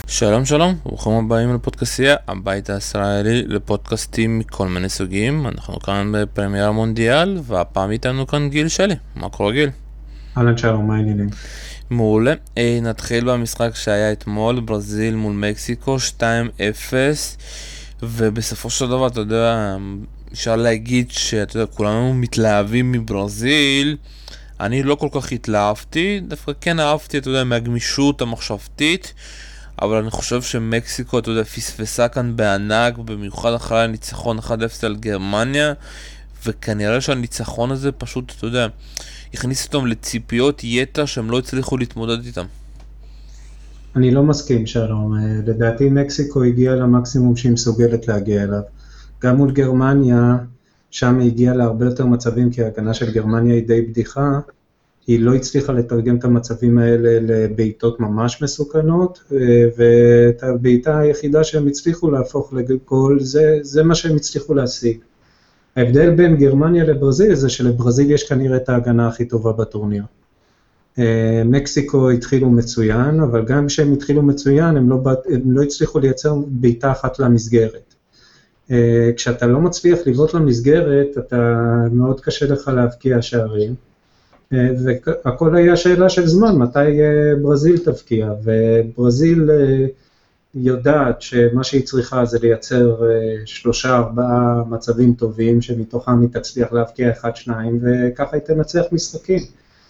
שלום שלום, ברוכים הבאים לפודקאסטייה, הבית הישראלי לפודקאסטים מכל מיני סוגים. אנחנו כאן בפרמייר מונדיאל, והפעם איתנו כאן גיל שלי. מה קורה גיל? אהלן שלום, מה העניינים? מעולה. נתחיל במשחק שהיה אתמול, ברזיל מול מקסיקו 2-0, ובסופו של דבר, אתה יודע, אפשר להגיד שאתה יודע, כולנו מתלהבים מברזיל. אני לא כל כך התלהבתי, דווקא כן אהבתי, אתה יודע, מהגמישות המחשבתית, אבל אני חושב שמקסיקו, אתה יודע, פספסה כאן בענק, במיוחד אחרי הניצחון 1-0 על גרמניה, וכנראה שהניצחון הזה פשוט, אתה יודע, הכניס אותם לציפיות יתר שהם לא הצליחו להתמודד איתם. אני לא מסכים, שלום. לדעתי מקסיקו הגיעה למקסימום שהיא מסוגלת להגיע אליו. גם מול גרמניה, שם היא הגיעה להרבה יותר מצבים, כי ההגנה של גרמניה היא די בדיחה. היא לא הצליחה לתרגם את המצבים האלה לבעיטות ממש מסוכנות, ואת הבעיטה היחידה שהם הצליחו להפוך לגול, זה מה שהם הצליחו להשיג. ההבדל בין גרמניה לברזיל זה שלברזיל יש כנראה את ההגנה הכי טובה בטורניר. מקסיקו התחילו מצוין, אבל גם כשהם התחילו מצוין, הם לא הצליחו לייצר בעיטה אחת למסגרת. כשאתה לא מצליח לבעוט למסגרת, מאוד קשה לך להבקיע שערים, והכל היה שאלה של זמן, מתי ברזיל תבקיע, וברזיל יודעת שמה שהיא צריכה זה לייצר 3-4 מצבים טובים, שמתוכם היא תצליח להבקיע 1-2, וככה היא תנצח משחקים.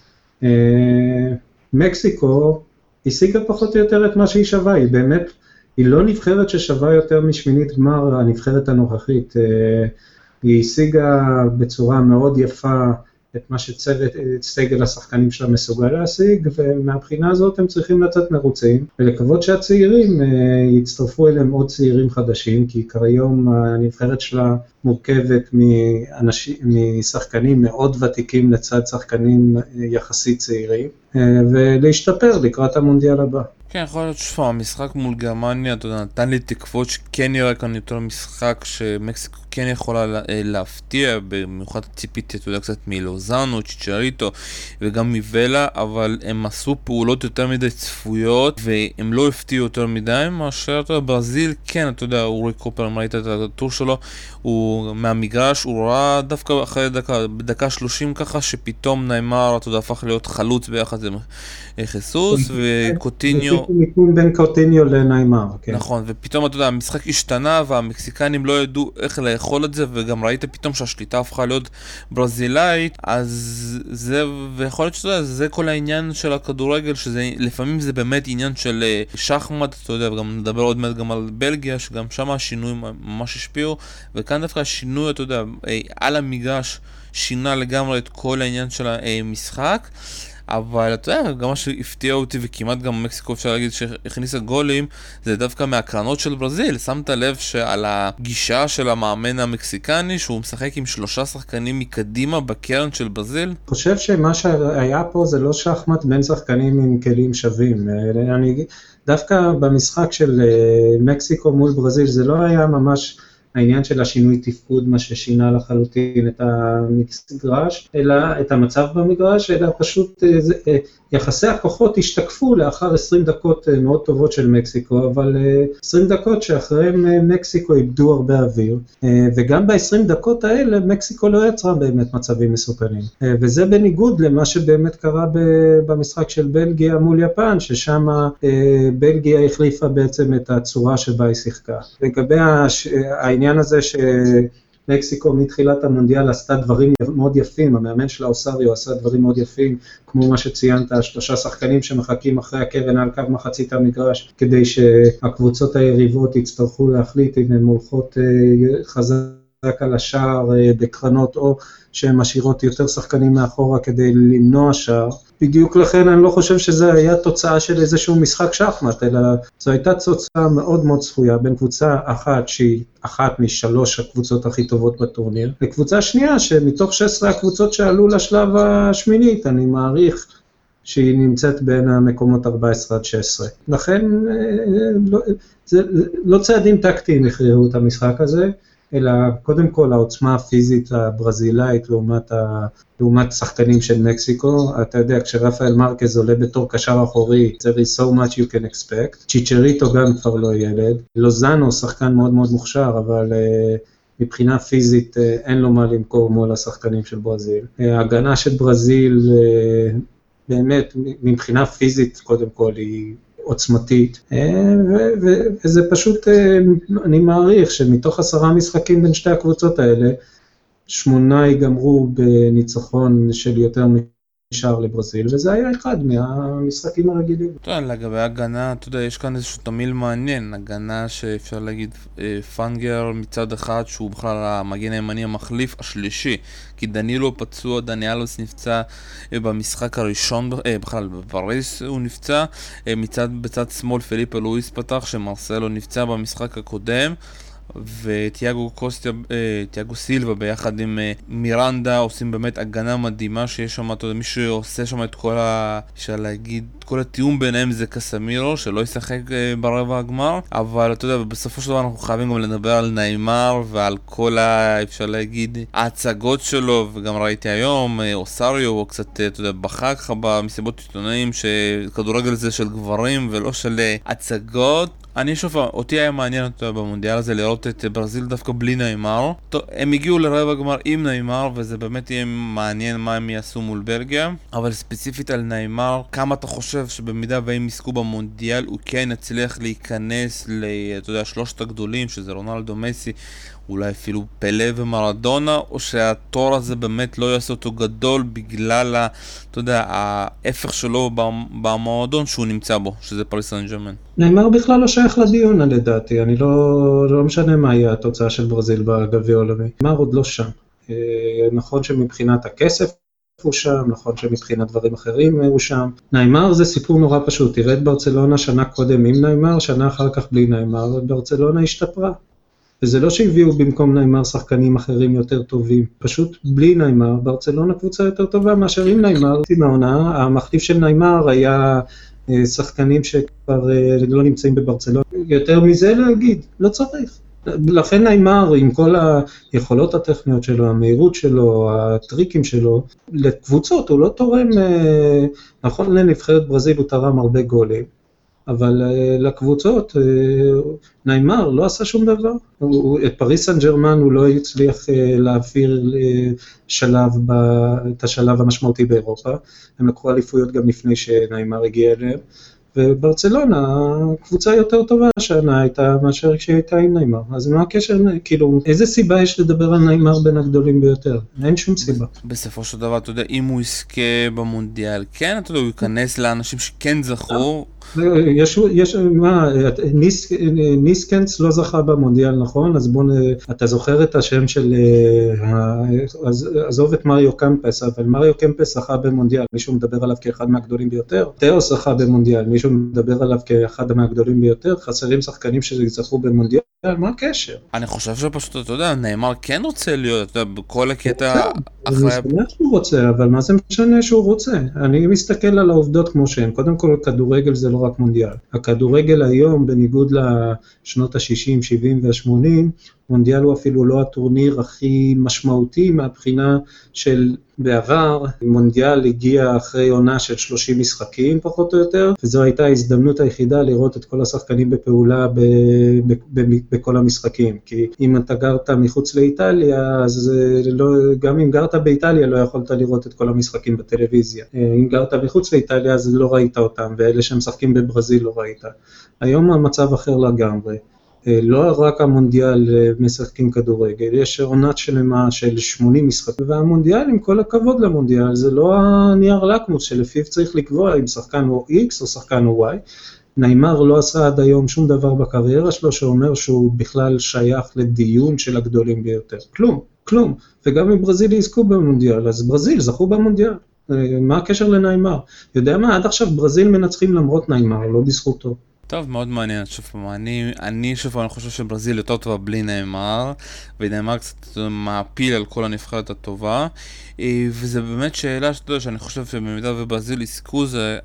מקסיקו השיגה פחות או יותר את מה שהיא שווה, היא באמת, היא לא נבחרת ששווה יותר משמינית גמר הנבחרת הנוכחית, היא השיגה בצורה מאוד יפה את מה שצוות סגל השחקנים שלה מסוגל להשיג, ומהבחינה הזאת הם צריכים לצאת מרוצים, ולקוות שהצעירים יצטרפו אליהם עוד צעירים חדשים, כי כיום הנבחרת שלה מורכבת משחקנים מאוד ותיקים לצד שחקנים יחסית צעירים, ולהשתפר לקראת המונדיאל הבא. כן, יכול להיות שהמשחק מול גרמניה, אתה יודע, נתן לי תקוות שכן יראה כאן יותר משחק שמקסיקו כן יכולה להפתיע, במיוחד ציפיתי, אתה יודע, קצת מלוזאנו, צ'יצ'ריטו וגם מבלה, אבל הם עשו פעולות יותר מדי צפויות, והם לא הפתיעו יותר מדי, מאשר, אתה יודע, ברזיל, כן, אתה יודע, אורי קופר, אם ראית את הטור שלו, הוא מהמגרש, הוא ראה דווקא אחרי בדקה 30 ככה, שפתאום ניימר, אתה יודע, הפך להיות חלוץ ביחד עם חיסוס, וקוטיניו מיקום בין קוטיניו לניימר, כן. נכון, ופתאום אתה יודע, המשחק השתנה והמקסיקנים לא ידעו איך לאכול את זה, וגם ראית פתאום שהשליטה הפכה להיות ברזילאית, אז זה, ויכול להיות שאתה יודע, זה כל העניין של הכדורגל, שלפעמים זה באמת עניין של שחמט, אתה יודע, וגם נדבר עוד מעט גם על בלגיה, שגם שם השינויים ממש השפיעו, וכאן דווקא השינוי, אתה יודע, על המגרש שינה לגמרי את כל העניין של המשחק, אבל אתה יודע, גם מה שהפתיע אותי וכמעט גם מקסיקו אפשר להגיד שהכניסה גולים, זה דווקא מהקרנות של ברזיל. שמת לב שעל הגישה של המאמן המקסיקני, שהוא משחק עם 3 שחקנים מקדימה בקרן של ברזיל? אני חושב שמה שהיה פה זה לא שחמט בין שחקנים עם כלים שווים. דווקא במשחק של מקסיקו מול ברזיל זה לא היה ממש העניין של השינוי תפקוד, מה ששינה לחלוטין את המגרש, אלא את המצב במגרש, אלא פשוט יחסי הכוחות השתקפו לאחר 20 דקות מאוד טובות של מקסיקו, אבל 20 דקות שאחריהם מקסיקו איבדו הרבה אוויר, וגם ב-20 דקות האלה מקסיקו לא יצרה באמת מצבים מסוכנים, וזה בניגוד למה שבאמת קרה במשחק של בלגיה מול יפן, ששם בלגיה החליפה בעצם את הצורה שבה היא שיחקה. לגבי העניין הזה שמקסיקו מתחילת המונדיאל עשתה דברים מאוד יפים, המאמן שלה אוסריו עשה דברים מאוד יפים, כמו מה שציינת, 3 שחקנים שמחכים אחרי הקרן על קו מחצית המגרש, כדי שהקבוצות היריבות יצטרכו להחליט אם הן הולכות חזק על השער בקרנות, או שהן משאירות יותר שחקנים מאחורה כדי למנוע שער. בדיוק לכן אני לא חושב שזה היה תוצאה של איזשהו משחק שחמט, אלא זו הייתה תוצאה מאוד מאוד צפויה בין קבוצה אחת שהיא אחת מ3 הקבוצות הכי טובות בטורניר, לקבוצה שנייה שמתוך 16 הקבוצות שעלו לשלב השמינית, אני מעריך שהיא נמצאת בין המקומות 14 עד 16. לכן זה לא צעדים טקטיים הכריעו את המשחק הזה, אלא קודם כל העוצמה הפיזית הברזילאית לעומת שחקנים של מקסיקו. אתה יודע, כשרפאל מרקז עולה בתור קשר אחורי, there is so much you can expect. צ'יצ'ריטו גם כבר לא ילד. לוזאנו שחקן מאוד מאוד מוכשר, אבל מבחינה פיזית אין לו מה למכור מול השחקנים של ברזיל. ההגנה של ברזיל באמת מבחינה פיזית קודם כל היא עוצמתית, וזה פשוט, אני מעריך שמתוך 10 משחקים בין שתי הקבוצות האלה, 8 ייגמרו בניצחון של יותר משאר לברזיל, וזה היה אחד מהמשחקים הרגילים. לגבי הגנה, אתה יודע, יש כאן איזשהו תמיל מעניין, הגנה שאפשר להגיד פנגר מצד אחד, שהוא בכלל המגן הימני המחליף השלישי, כי דנילו פצוע, דניאלוס נפצע במשחק הראשון, בכלל בפריס הוא נפצע, בצד שמאל פליפה לואיס פתח, שמרסלו נפצע במשחק הקודם, וטיאגו סילבה ביחד עם מירנדה עושים באמת הגנה מדהימה שיש שם, אתה יודע, מי שעושה שם את כל אפשר להגיד, כל התיאום ביניהם זה קסמירו, שלא ישחק ברבע הגמר, אבל אתה יודע, בסופו של דבר אנחנו חייבים גם לדבר על ניימר ועל כל אפשר להגיד, ההצגות שלו, וגם ראיתי היום, אוסריו, הוא קצת, אתה יודע, בחק לך במסיבות עיתונאים, שכדורגל זה של גברים ולא של הצגות. אני שוב, אותי היה מעניין במונדיאל הזה לראות את ברזיל דווקא בלי ניימר. הם הגיעו לרבע הגמר עם ניימר, וזה באמת יהיה מעניין מה הם יעשו מול בלגיה. אבל ספציפית על ניימר, כמה אתה חושב שבמידה והם יזכו במונדיאל, הוא כן יצליח להיכנס אתה יודע, 3 הגדולים, שזה רונלדו, מסי, אולי אפילו פלה ומרדונה, או שהתור הזה באמת לא יעשה אותו גדול בגלל, אתה יודע, ההפך שלו במועדון שהוא נמצא בו, שזה פריס סן ז'רמן. ניימר בכלל לא שייך לדיון לדעתי, אני לא משנה מה יהיה התוצאה של ברזיל בגביע העולמי. ניימר עוד לא שם. נכון שמבחינת הכסף הוא שם, נכון שמבחינת דברים אחרים הוא שם. ניימר זה סיפור נורא פשוט, תראה את ברצלונה שנה קודם עם ניימר, שנה אחר כך בלי ניימר, ברצלונה השתפרה. וזה לא שהביאו במקום ניימר שחקנים אחרים יותר טובים, פשוט בלי ניימר, ברצלונה קבוצה יותר טובה מאשר עם ניימר. מהעונה, המחליף של ניימר היה שחקנים שכבר לא נמצאים בברצלונה. יותר מזה להגיד, לא צריך. לכן ניימר, עם כל היכולות הטכניות שלו, המהירות שלו, הטריקים שלו, לקבוצות הוא לא תורם, נכון לנבחרת ברזיל הוא תרם הרבה גולים, אבל לקבוצות, ניימר לא עשה שום דבר. את פריס סן ז'רמן הוא לא הצליח להעביר את השלב המשמעותי באירופה. הם לקחו אליפויות גם לפני שניימר הגיע אליהם. וברצלונה, קבוצה יותר טובה השנה הייתה מאשר כשהייתה עם ניימר. אז מה הקשר, כאילו, איזה סיבה יש לדבר על ניימר בין הגדולים ביותר? אין שום סיבה. בסופו של דבר, אתה יודע, אם הוא יזכה במונדיאל, כן, אתה יודע, הוא ייכנס לאנשים שכן זכו. ניסקנס לא זכה במונדיאל, נכון? אז אתה זוכר את השם של, עזוב את מריו קמפס, אבל מריו קמפס זכה במונדיאל, מישהו מדבר עליו כאחד מהגדולים ביותר, תאו זכה במונדיאל, מישהו מדבר עליו כאחד מהגדולים ביותר, חסרים שחקנים שזכו במונדיאל, מה הקשר? אני חושב שפשוט, אתה יודע, ניימר כן רוצה להיות, אתה יודע, בכל הקטע אחרי... זה משנה שהוא רוצה, אבל מה זה משנה שהוא רוצה? אני מסתכל על העובדות כמו שהן, קודם כל כדורגל זה לא רק מונדיאל, הכדורגל היום בניגוד לשנות ה-60, 70 וה-80, מונדיאל הוא אפילו לא הטורניר הכי משמעותי מהבחינה של בעבר, מונדיאל הגיע אחרי עונה של 30 משחקים פחות או יותר, וזו הייתה ההזדמנות היחידה לראות את כל השחקנים בפעולה בכל המשחקים, כי אם אתה גרת מחוץ לאיטליה, אז גם אם גרת באיטליה לא יכולת לראות את כל המשחקים בטלוויזיה, אם גרת מחוץ לאיטליה אז לא ראית אותם, ואלה שמשחקים בברזיל לא ראית. היום המצב אחר לגמרי. לא רק המונדיאל משחקים כדורגל, יש עונת שלמה של 80 משחקים, והמונדיאל, עם כל הכבוד למונדיאל, זה לא הנייר לקמוס שלפיו צריך לקבוע אם שחקן הוא X או שחקן הוא Y. ניימר לא עשה עד היום שום דבר בקריירה שלו שאומר שהוא בכלל שייך לדיון של הגדולים ביותר. כלום. וגם אם ברזיל יזכו במונדיאל, אז ברזיל זכו במונדיאל. מה הקשר לניימר? יודע מה, עד עכשיו ברזיל מנצחים למרות ניימר, לא בזכותו. טוב, מאוד מעניין, שוב פעם, אני שוב פעם, אני חושב שברזיל יותר טובה בלי נאמר, ונאמר קצת מעפיל על כל הנבחרת הטובה, וזה באמת שאלה שאתה יודע, שאני חושב שבמידה וברזיל יזכו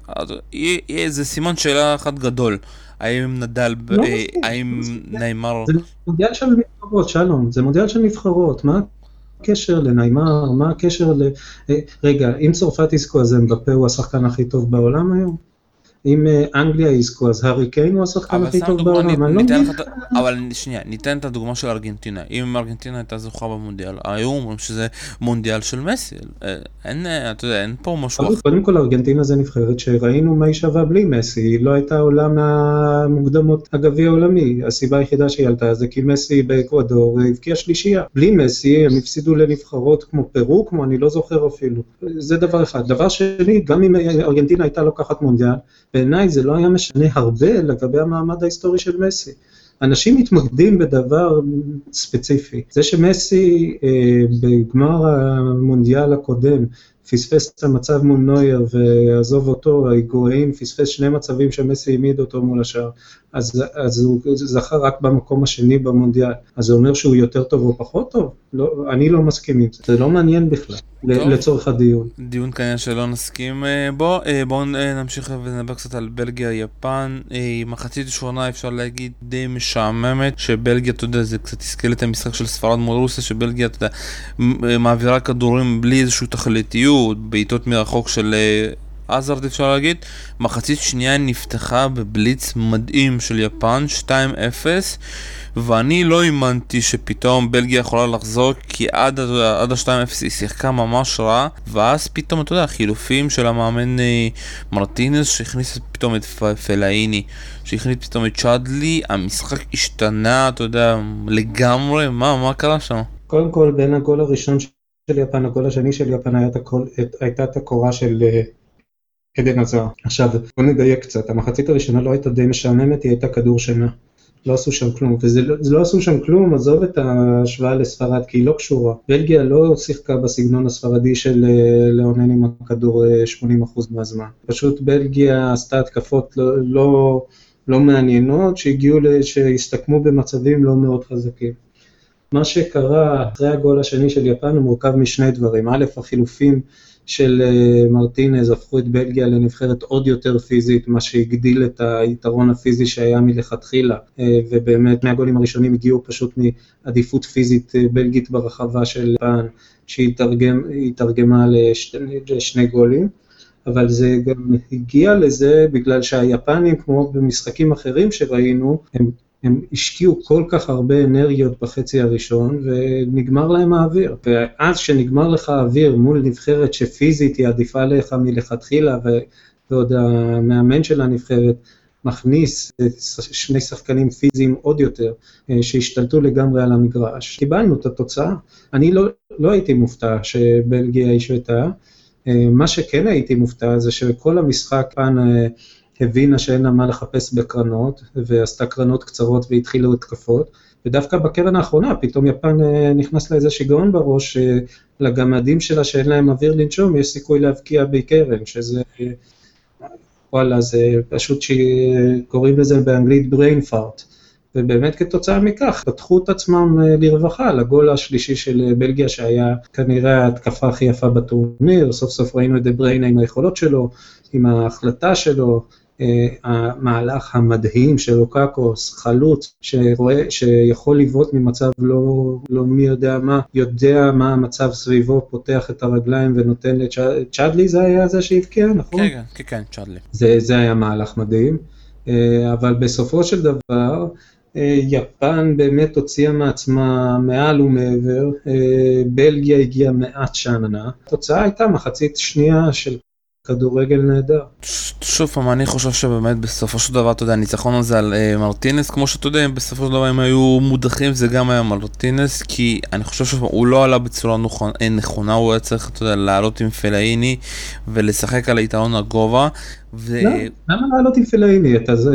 זה סימן שאלה אחת גדול, האם נדל, לא מסכים. האם נאמר... זה מונדיאל של נבחרות, שלום, זה מונדיאל של נבחרות, מה הקשר לניימר, מה הקשר רגע, אם צרפת יזכו אז אמבפה הוא השחקן הכי טוב בעולם היום? אם אנגליה יזכו, אז הארי קיין הוא השחקן הכי טוב בעולם. אבל שנייה, ניתן את הדוגמה של ארגנטינה. אם ארגנטינה הייתה זוכה במונדיאל, היו אומרים שזה מונדיאל של מסי. אתה יודע, אין פה משהו אחר. קודם כל, ארגנטינה זה נבחרת שראינו מה היא שווה בלי מסי. היא לא הייתה עולה מהמוקדמות הגביע העולמי. הסיבה היחידה שהיא עלתה זה כי מסי באקוודור הבקיע שלישייה. בלי מסי הם הפסידו לנבחרות כמו פרו, כמו אני לא זוכר אפילו. זה דבר אחד. דבר שני, גם אם ארגנטינה הייתה לוקחת מונדיאל, בעיניי זה לא היה משנה הרבה לגבי המעמד ההיסטורי של מסי. אנשים מתמקדים בדבר ספציפי. זה שמסי בגמר המונדיאל הקודם פספס את המצב מול נויר ועזוב אותו, ההיגואין פספס שני מצבים שמסי העמיד אותו מול השאר, אז הוא זכה רק במקום השני במונדיאל. אז זה אומר שהוא יותר טוב או פחות טוב? לא, אני לא מסכים עם זה. זה לא מעניין בכלל, לצורך הדיון. דיון כנראה שלא נסכים בו. בואו נמשיך ונדבר קצת על בלגיה, יפן. מחצית ראשונה אפשר להגיד די משעממת, שבלגיה, אתה יודע, זה קצת הזכיר את המשחק של ספרד מול רוסיה, שבלגיה, אתה יודע, מעבירה כדורים בלי איזושהי תכליתיות, בעיטות מרחוק של עזרד אפשר להגיד. מחצית שנייה נפתחה בבליץ מדהים של יפן, 2-0, ואני לא האמנתי שפתאום בלגיה יכולה לחזור, כי עד ה-2-0 היא שיחקה ממש רע, ואז פתאום, אתה יודע, חילופים של המאמן מרטינס, שהכניס פתאום את פלאיני, שהכניס פתאום את צ'אדלי, המשחק השתנה, אתה יודע, לגמרי. מה קרה שם? קודם כל, בין הגול הראשון של יפן, הגול השני של יפן הייתה את הקורה של עדן עזר. עכשיו, בוא נדייק קצת, המחצית הראשונה לא הייתה די משעממת, היא הייתה כדור שינה. לא עשו שם כלום, וזה לא עשו שם כלום, עזוב את ההשוואה לספרד, כי היא לא קשורה. בלגיה לא שיחקה בסגנון הספרדי של לאונן עם הכדור 80% מהזמן. פשוט בלגיה עשתה התקפות לא מעניינות, שהסתכמו במצבים לא מאוד חזקים. מה שקרה אחרי הגול השני של יפן הוא מורכב משני דברים. א', החילופים של מרטינז הפכו את בלגיה לנבחרת עוד יותר פיזית, מה שהגדיל את היתרון הפיזי שהיה מלכתחילה, ובאמת מהגולים הראשונים הגיעו פשוט מעדיפות פיזית בלגית ברחבה של יפן, שהתרגמה לשני גולים, אבל זה גם הגיע לזה בגלל שהיפנים, כמו במשחקים אחרים שראינו, הם השקיעו כל כך הרבה אנרגיות בחצי הראשון, ונגמר להם האוויר. ואז שנגמר לך האוויר מול נבחרת שפיזית היא עדיפה לך מלכתחילה, ועוד המאמן של הנבחרת מכניס שני שחקנים פיזיים עוד יותר, שהשתלטו לגמרי על המגרש. קיבלנו את התוצאה. אני לא הייתי מופתע שבלגיה השוותה. מה שכן הייתי מופתע זה שכל המשחק פן הבינה שאין לה מה לחפש בקרנות, ועשתה קרנות קצרות והתחילו התקפות, ודווקא בקרן האחרונה, פתאום יפן נכנס לה איזה שיגעון בראש, לגמדים שלה שאין להם אוויר לנשום, יש סיכוי להבקיע בקרן, שזה, וואלה, זה פשוט שקוראים לזה באנגלית brain fart, ובאמת כתוצאה מכך, פתחו את עצמם לרווחה, לגול השלישי של בלגיה, שהיה כנראה ההתקפה הכי יפה בטורניר, סוף סוף ראינו את דה בריינה עם היכולות שלו, עם ההחלטה שלו, המהלך המדהים של לוקאקו, חלוץ, שיכול לבעוט ממצב לא מי יודע מה המצב סביבו, פותח את הרגליים ונותן צ'אדלי, זה היה זה שהבקיע, נכון? כן, צ'אדלי. זה היה מהלך מדהים, אבל בסופו של דבר, יפן באמת הוציאה מעצמה מעל ומעבר, בלגיה הגיעה מעט שאננה, התוצאה הייתה מחצית שנייה של כדורגל נהדר. שוב פעם, אני חושב שבאמת בסופו של דבר, אתה יודע, הניצחון הזה על מרטינס, כמו שאתה יודע, בסופו של דבר הם היו מודחים, זה גם היה מרטינס, כי אני חושב שהוא לא עלה בצורה נכונה, הוא היה צריך, אתה יודע, לעלות עם פלאיני, ולשחק על היתרון הגובה, למה לעלות עם פלאיני?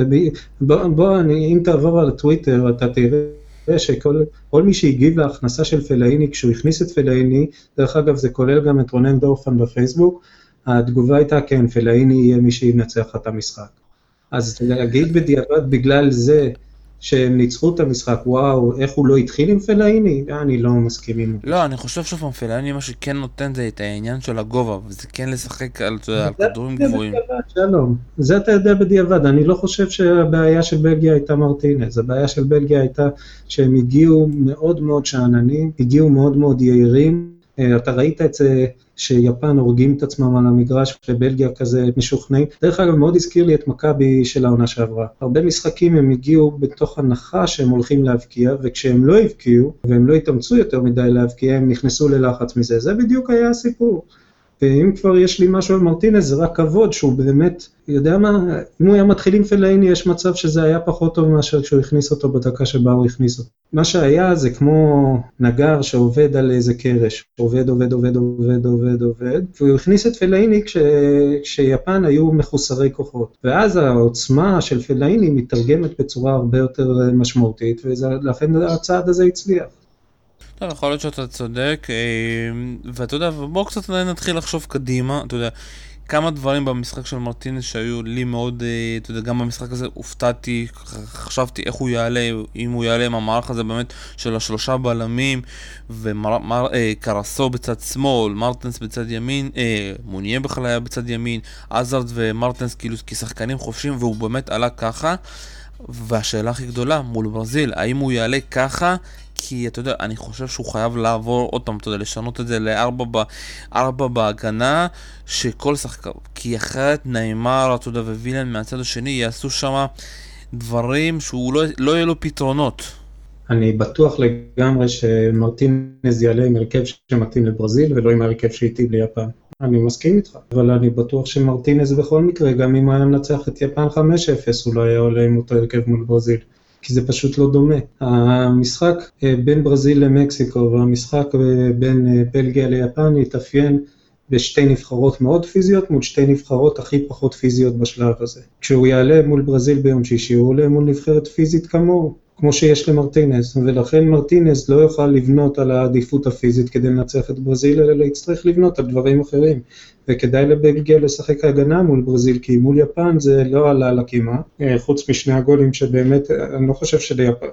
אם תעבור על הטוויטר, אתה תראה שכל מי שהגיב להכנסה של פלאיני, כשהוא הכניס את פלאיני, דרך אגב זה כולל גם את רונן דורפן בפייסבוק, התגובה הייתה כן, פלאיני יהיה מי שינצח את המשחק. אז להגיד בדיעבד בגלל זה שהם ניצחו את המשחק, וואו, איך הוא לא התחיל עם פלאיני? אני לא מסכים עם זה. לא, אני חושב שוב פעם, פלאני מה שכן נותן זה את העניין של הגובה, וזה כן לשחק על, אתה יודע, על זה כדורים אתה יודע גבוהים. בדיעבד, שלום. זה אתה יודע בדיעבד. אני לא חושב שהבעיה של בלגיה הייתה מרטינז. הבעיה של בלגיה הייתה שהם הגיעו מאוד מאוד שאננים, הגיעו מאוד מאוד יעירים. אתה ראית את זה שיפן הורגים את עצמם על המגרש, ובלגיה כזה משוכנעים. דרך אגב, מאוד הזכיר לי את מכבי של העונה שעברה. הרבה משחקים הם הגיעו בתוך הנחה שהם הולכים להבקיע, וכשהם לא הבקיעו, והם לא התאמצו יותר מדי להבקיע, הם נכנסו ללחץ מזה. זה בדיוק היה הסיפור. ואם כבר יש לי משהו על מרטינז, זה רק כבוד שהוא באמת, יודע מה, אם הוא היה מתחיל עם פלאיני, יש מצב שזה היה פחות טוב מאשר כשהוא הכניס אותו בדקה שבה הוא הכניס אותו. מה שהיה זה כמו נגר שעובד על איזה קרש, עובד, והוא הכניס את פלאיני כשיפן היו מחוסרי כוחות. ואז העוצמה של פלאיני מתרגמת בצורה הרבה יותר משמעותית, ולכן הצעד הזה הצליח. טוב, יכול להיות שאתה צודק, ואתה יודע, בואו קצת נתחיל לחשוב קדימה, אתה יודע, כמה דברים במשחק של מרטינס שהיו לי מאוד, אתה יודע, גם במשחק הזה הופתעתי, חשבתי איך הוא יעלה, אם הוא יעלה עם המערך הזה באמת של השלושה בלמים, וקרסו בצד שמאל, מרטנס בצד ימין, מוניה בכלל היה בצד ימין, עזרד ומרטנס כאילו כשחקנים חופשים, והוא באמת עלה ככה, והשאלה הכי גדולה, מול ברזיל, האם הוא יעלה ככה? כי אתה יודע, אני חושב שהוא חייב לעבור עוד פעם, אתה יודע, לשנות את זה לארבע בהגנה, שכל שחקן, כי אחרת ניימר, אתה יודע, ווילן מהצד השני יעשו שם דברים שהוא לא יהיה לו פתרונות. אני בטוח לגמרי שמרטינז יעלה עם הרכב שמתאים לברזיל ולא עם הרכב שהתאים ליפן. אני מסכים איתך, אבל אני בטוח שמרטינז בכל מקרה, גם אם היה מנצח את יפן 5-0, הוא לא היה עולה עם אותו הרכב מול ברזיל. כי זה פשוט לא דומה. המשחק בין ברזיל למקסיקו והמשחק בין בלגיה ליפן יתאפיין בשתי נבחרות מאוד פיזיות מול שתי נבחרות הכי פחות פיזיות בשלב הזה. כשהוא יעלה מול ברזיל ביום שישי, הוא עולה מול נבחרת פיזית כמו שיש למרטינז, ולכן מרטינז לא יוכל לבנות על העדיפות הפיזית כדי לנצח את ברזיל, אלא יצטרך לבנות על דברים אחרים. וכדאי לבלגיה לשחק הגנה מול ברזיל, כי מול יפן זה לא עלה לקימה, חוץ משני הגולים שבאמת, אני לא חושב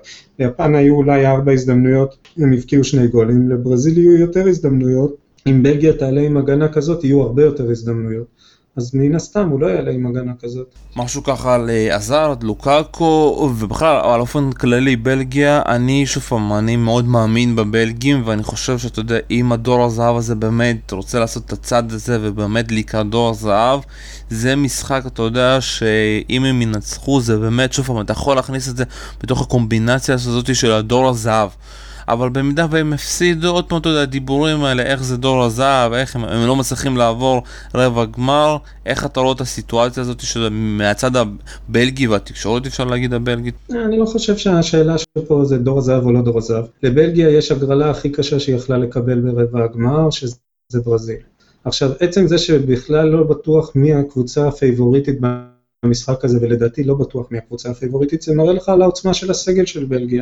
שליפן היו אולי 4 הזדמנויות, הם הבקיעו 2 גולים, לברזיל יהיו יותר הזדמנויות, אם בלגיה תעלה עם הגנה כזאת, יהיו הרבה יותר הזדמנויות. אז מן הסתם הוא לא יעלה עם הגנה כזאת. משהו ככה על עזרד, לוקאקו, ובכלל על אופן כללי בלגיה, אני מאוד מאמין בבלגים, ואני חושב שאתה יודע, אם הדור הזהב הזה באמת רוצה לעשות את הצד הזה, ובאמת להיקרא דור הזהב, זה משחק, אתה יודע, שאם הם ינצחו, זה באמת, אתה יכול להכניס את זה בתוך הקומבינציה הזאת של הדור הזהב. אבל במידה והם הפסידו, עוד פעם, אתה יודע, הדיבורים האלה, איך זה דור הזהב, איך הם לא מצליחים לעבור רבע גמר, איך אתה רואה את הסיטואציה הזאת מהצד הבלגי והתקשורת, אפשר להגיד הבלגית? אני לא חושב שהשאלה שפה זה דור הזהב או לא דור הזהב. לבלגיה יש הגרלה הכי קשה שהיא יכלה לקבל ברבע הגמר, שזה ברזיל. עכשיו, עצם זה שבכלל לא בטוח מי הקבוצה הפייבוריטית במשחק הזה, ולדעתי לא בטוח מהקבוצה הפייבוריטית, זה מראה לך על העוצמה של הסגל של בלגיה.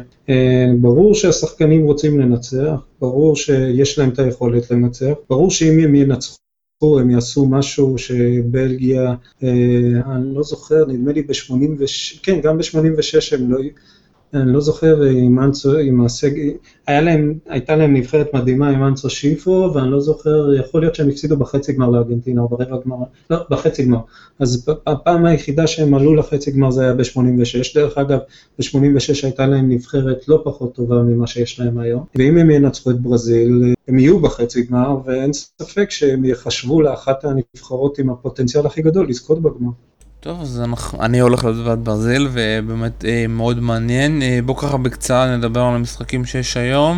ברור שהשחקנים רוצים לנצח, ברור שיש להם את היכולת לנצח, ברור שאם הם ינצחו, הם יעשו משהו שבלגיה, אני לא זוכר, נדמה לי כן, גם ב-86 הם לא... אני לא זוכר עם הסגל, הייתה להם נבחרת מדהימה עם אנצו שיפו, ואני לא זוכר, יכול להיות שהם הפסידו בחצי גמר לארגנטינה, או ברבע גמר, לא, בחצי גמר. אז הפעם היחידה שהם עלו לחצי גמר זה היה ב-86, דרך אגב, ב-86 הייתה להם נבחרת לא פחות טובה ממה שיש להם היום, ואם הם ינצחו את ברזיל, הם יהיו בחצי גמר, ואין ספק שהם יחשבו לאחת הנבחרות עם הפוטנציאל הכי גדול, לזכות בגמר. טוב, אז אני הולך לדעת ברזיל, ובאמת מאוד מעניין. בואו ככה בקצרה נדבר על המשחקים שיש היום,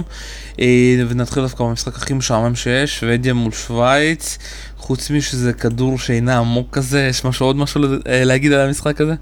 ונתחיל דווקא במשחק הכי משעמם שיש, שוודיה מול שוויץ. חוץ משזה כדור שאינה עמוק כזה, יש עוד משהו להגיד על המשחק הזה?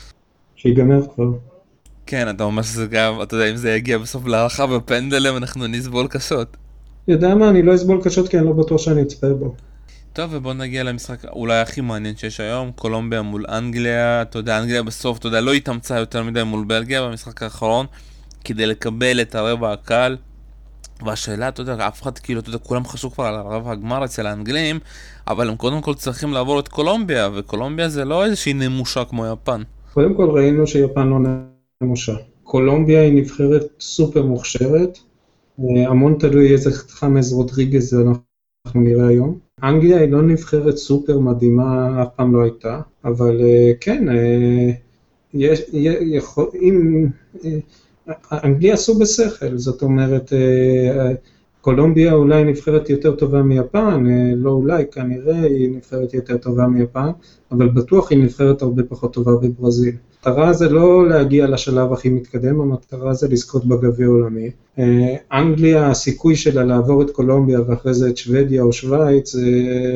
שיגמר כבר. כן, אתה אומר שזה גם, אתה יודע, אם זה יגיע בסוף להערכה בפנדלים, אנחנו נסבול קשות. יודע מה, אני לא אסבול קשות כי אני לא בטוח שאני אצפה בו. טוב, ובוא נגיע למשחק אולי הכי מעניין שיש היום, קולומביה מול אנגליה. אתה יודע, אנגליה בסוף, אתה יודע, לא התאמצה יותר מדי מול בלגיה במשחק האחרון, כדי לקבל את הרבע הקל. והשאלה, אתה יודע, אף אחד, כאילו, אתה יודע, כולם חשבו כבר על הרבע הגמר אצל האנגלים, אבל הם קודם כל צריכים לעבור את קולומביה, וקולומביה זה לא איזושהי נמושה כמו יפן. קודם כל ראינו שיפן לא נמושה. קולומביה היא נבחרת סופר מוכשרת, המון תלוי איזה חמאס רודריגז אנחנו נראה היום. אנגליה היא לא נבחרת סופר מדהימה, אף פעם לא הייתה, אבל כן, אם אנגליה עשו בשכל, זאת אומרת, קולומביה אולי נבחרת יותר טובה מיפן, לא אולי, כנראה היא נבחרת יותר טובה מיפן, אבל בטוח היא נבחרת הרבה פחות טובה בברזיל. המטרה זה לא להגיע לשלב הכי מתקדם, המטרה זה לזכות בגביע עולמי. אנגליה, הסיכוי שלה לעבור את קולומביה ואחרי זה את שוודיה או שוויץ, זה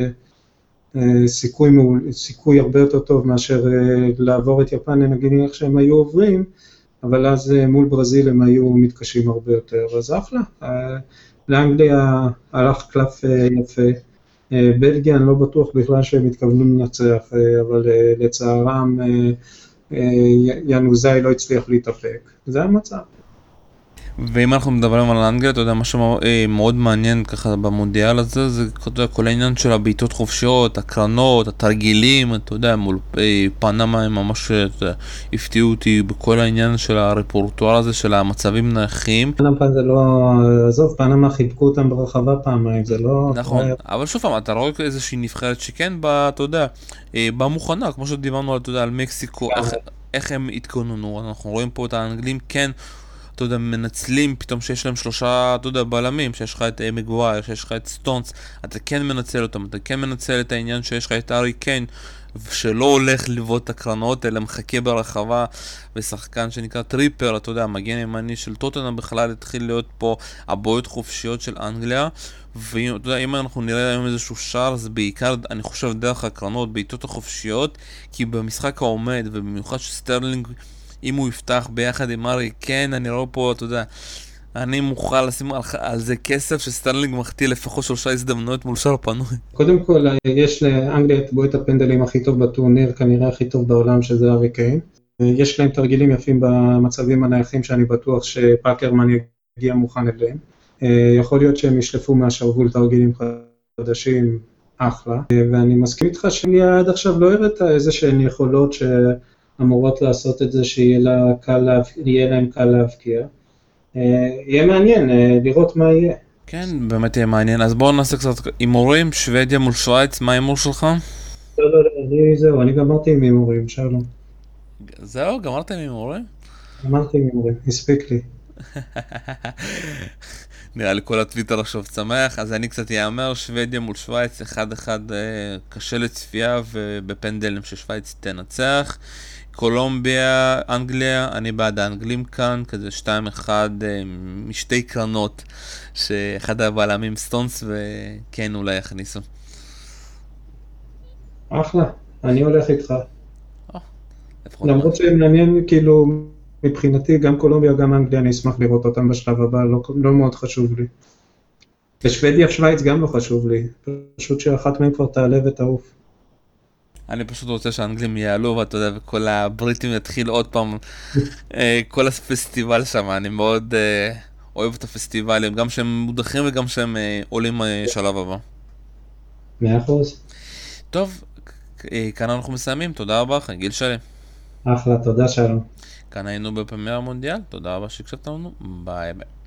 סיכוי הרבה יותר טוב מאשר לעבור את יפן, נגיד איך שהם היו עוברים, אבל אז מול ברזיל הם היו מתקשים הרבה יותר, אז אחלה. לאנגליה הלך קלף יפה, בלגיה אני לא בטוח בכלל שהם התכוונו לנצח, אבל לצערם ינוזאי לא הצליח להתאפק, זה המצב. ואם אנחנו מדברים על אנגליה, אתה יודע, מה שמאוד מעניין ככה במונדיאל הזה, זה כל העניין של הבעיטות חופשיות, הקרנות, התרגילים, אתה יודע, מול פנמה הם ממש הפתיעו אותי בכל העניין של הרפורטואר הזה, של המצבים נייחים. פנמה זה לא, עזוב, פנמה חיבקו אותם ברחבה פעמיים, זה לא... נכון, אבל שוב פעם, אתה רואה איזושהי נבחרת שכן, אתה יודע, במוכנה, כמו שדיברנו על מקסיקו, איך הם התכוננו, אנחנו רואים פה את האנגלים, כן, אתה יודע, מנצלים פתאום שיש להם שלושה, אתה יודע, בלמים, שיש לך את מגווייר, שיש לך את סטונס, אתה כן מנצל אותם, אתה כן מנצל את העניין שיש לך את ארי קיין, שלא הולך לבעוט את הקרנות, אלא מחכה ברחבה, ושחקן שנקרא טריפר, אתה יודע, מגן ימני של טוטנהאם בכלל התחיל להיות פה הבעיטות חופשיות של אנגליה, ואתה יודע, אם אנחנו נראה היום איזשהו שער, זה בעיקר, אני חושב, דרך הקרנות, בעיטות החופשיות, כי במשחק העומד, ובמיוחד שסטרלינג, אם הוא יפתח ביחד עם ארי קיין, אני רואה פה, אתה יודע, אני מוכן לשים על זה כסף שסטרלינג מחטיא לפחות 3 הזדמנויות מול שער פנוי. קודם כל, יש לאנגליה את בועט הפנדלים הכי טוב בטורניר, כנראה הכי טוב בעולם, שזה ארי קיין. יש להם תרגילים יפים במצבים הנייחים, שאני בטוח שפאקרמן יגיע מוכן אליהם. יכול להיות שהם ישלפו מהשרוול תרגילים חדשים, אחלה. ואני מסכים איתך שאנגליה עד עכשיו לא הראתה איזה שהן יכולות שאמורות לעשות את זה, שיהיה להם קל להבקיע. יהיה מעניין לראות מה יהיה. כן, באמת יהיה מעניין. אז בואו נעשה קצת הימורים, שוודיה מול שוויץ, מה ההימור שלך? זהו, אני גמרתי עם הימורים, שלום. זהו, גמרת עם הימורים? גמרתי עם הימורים, הספיק לי. נראה לי כל הטוויטר עכשיו צמח, אז אני קצת יאמר, שוודיה מול שוויץ, 1-1 קשה לצפייה ובפנדלים ששוויץ תנצח. קולומביה, אנגליה, אני בעד האנגלים כאן, כזה 2-1 משתי קרנות, שאחד הבעלמים סטונס וכן אולי יכניסו. אחלה, אני הולך איתך. למרות שמעניין, כאילו, מבחינתי, גם קולומביה, גם אנגליה, אני אשמח לראות אותם בשלב הבא, לא מאוד חשוב לי. בשוודיה ושוויץ גם לא חשוב לי, פשוט שאחת מהם כבר תעלה ותעוף. אני פשוט רוצה שהאנגלים יעלו, ואתה יודע, וכל הבריטים יתחילו עוד פעם, כל הפסטיבל שם, אני מאוד אוהב את הפסטיבלים, גם שהם מודחים וגם שהם עולים שלב הבא. 100%. טוב, כאן אנחנו מסיימים, תודה רבה לך, גיל שלי. אחלה, תודה שלום. כאן היינו בפרמייר המונדיאל, תודה רבה שהקשבתם לנו, ביי ביי.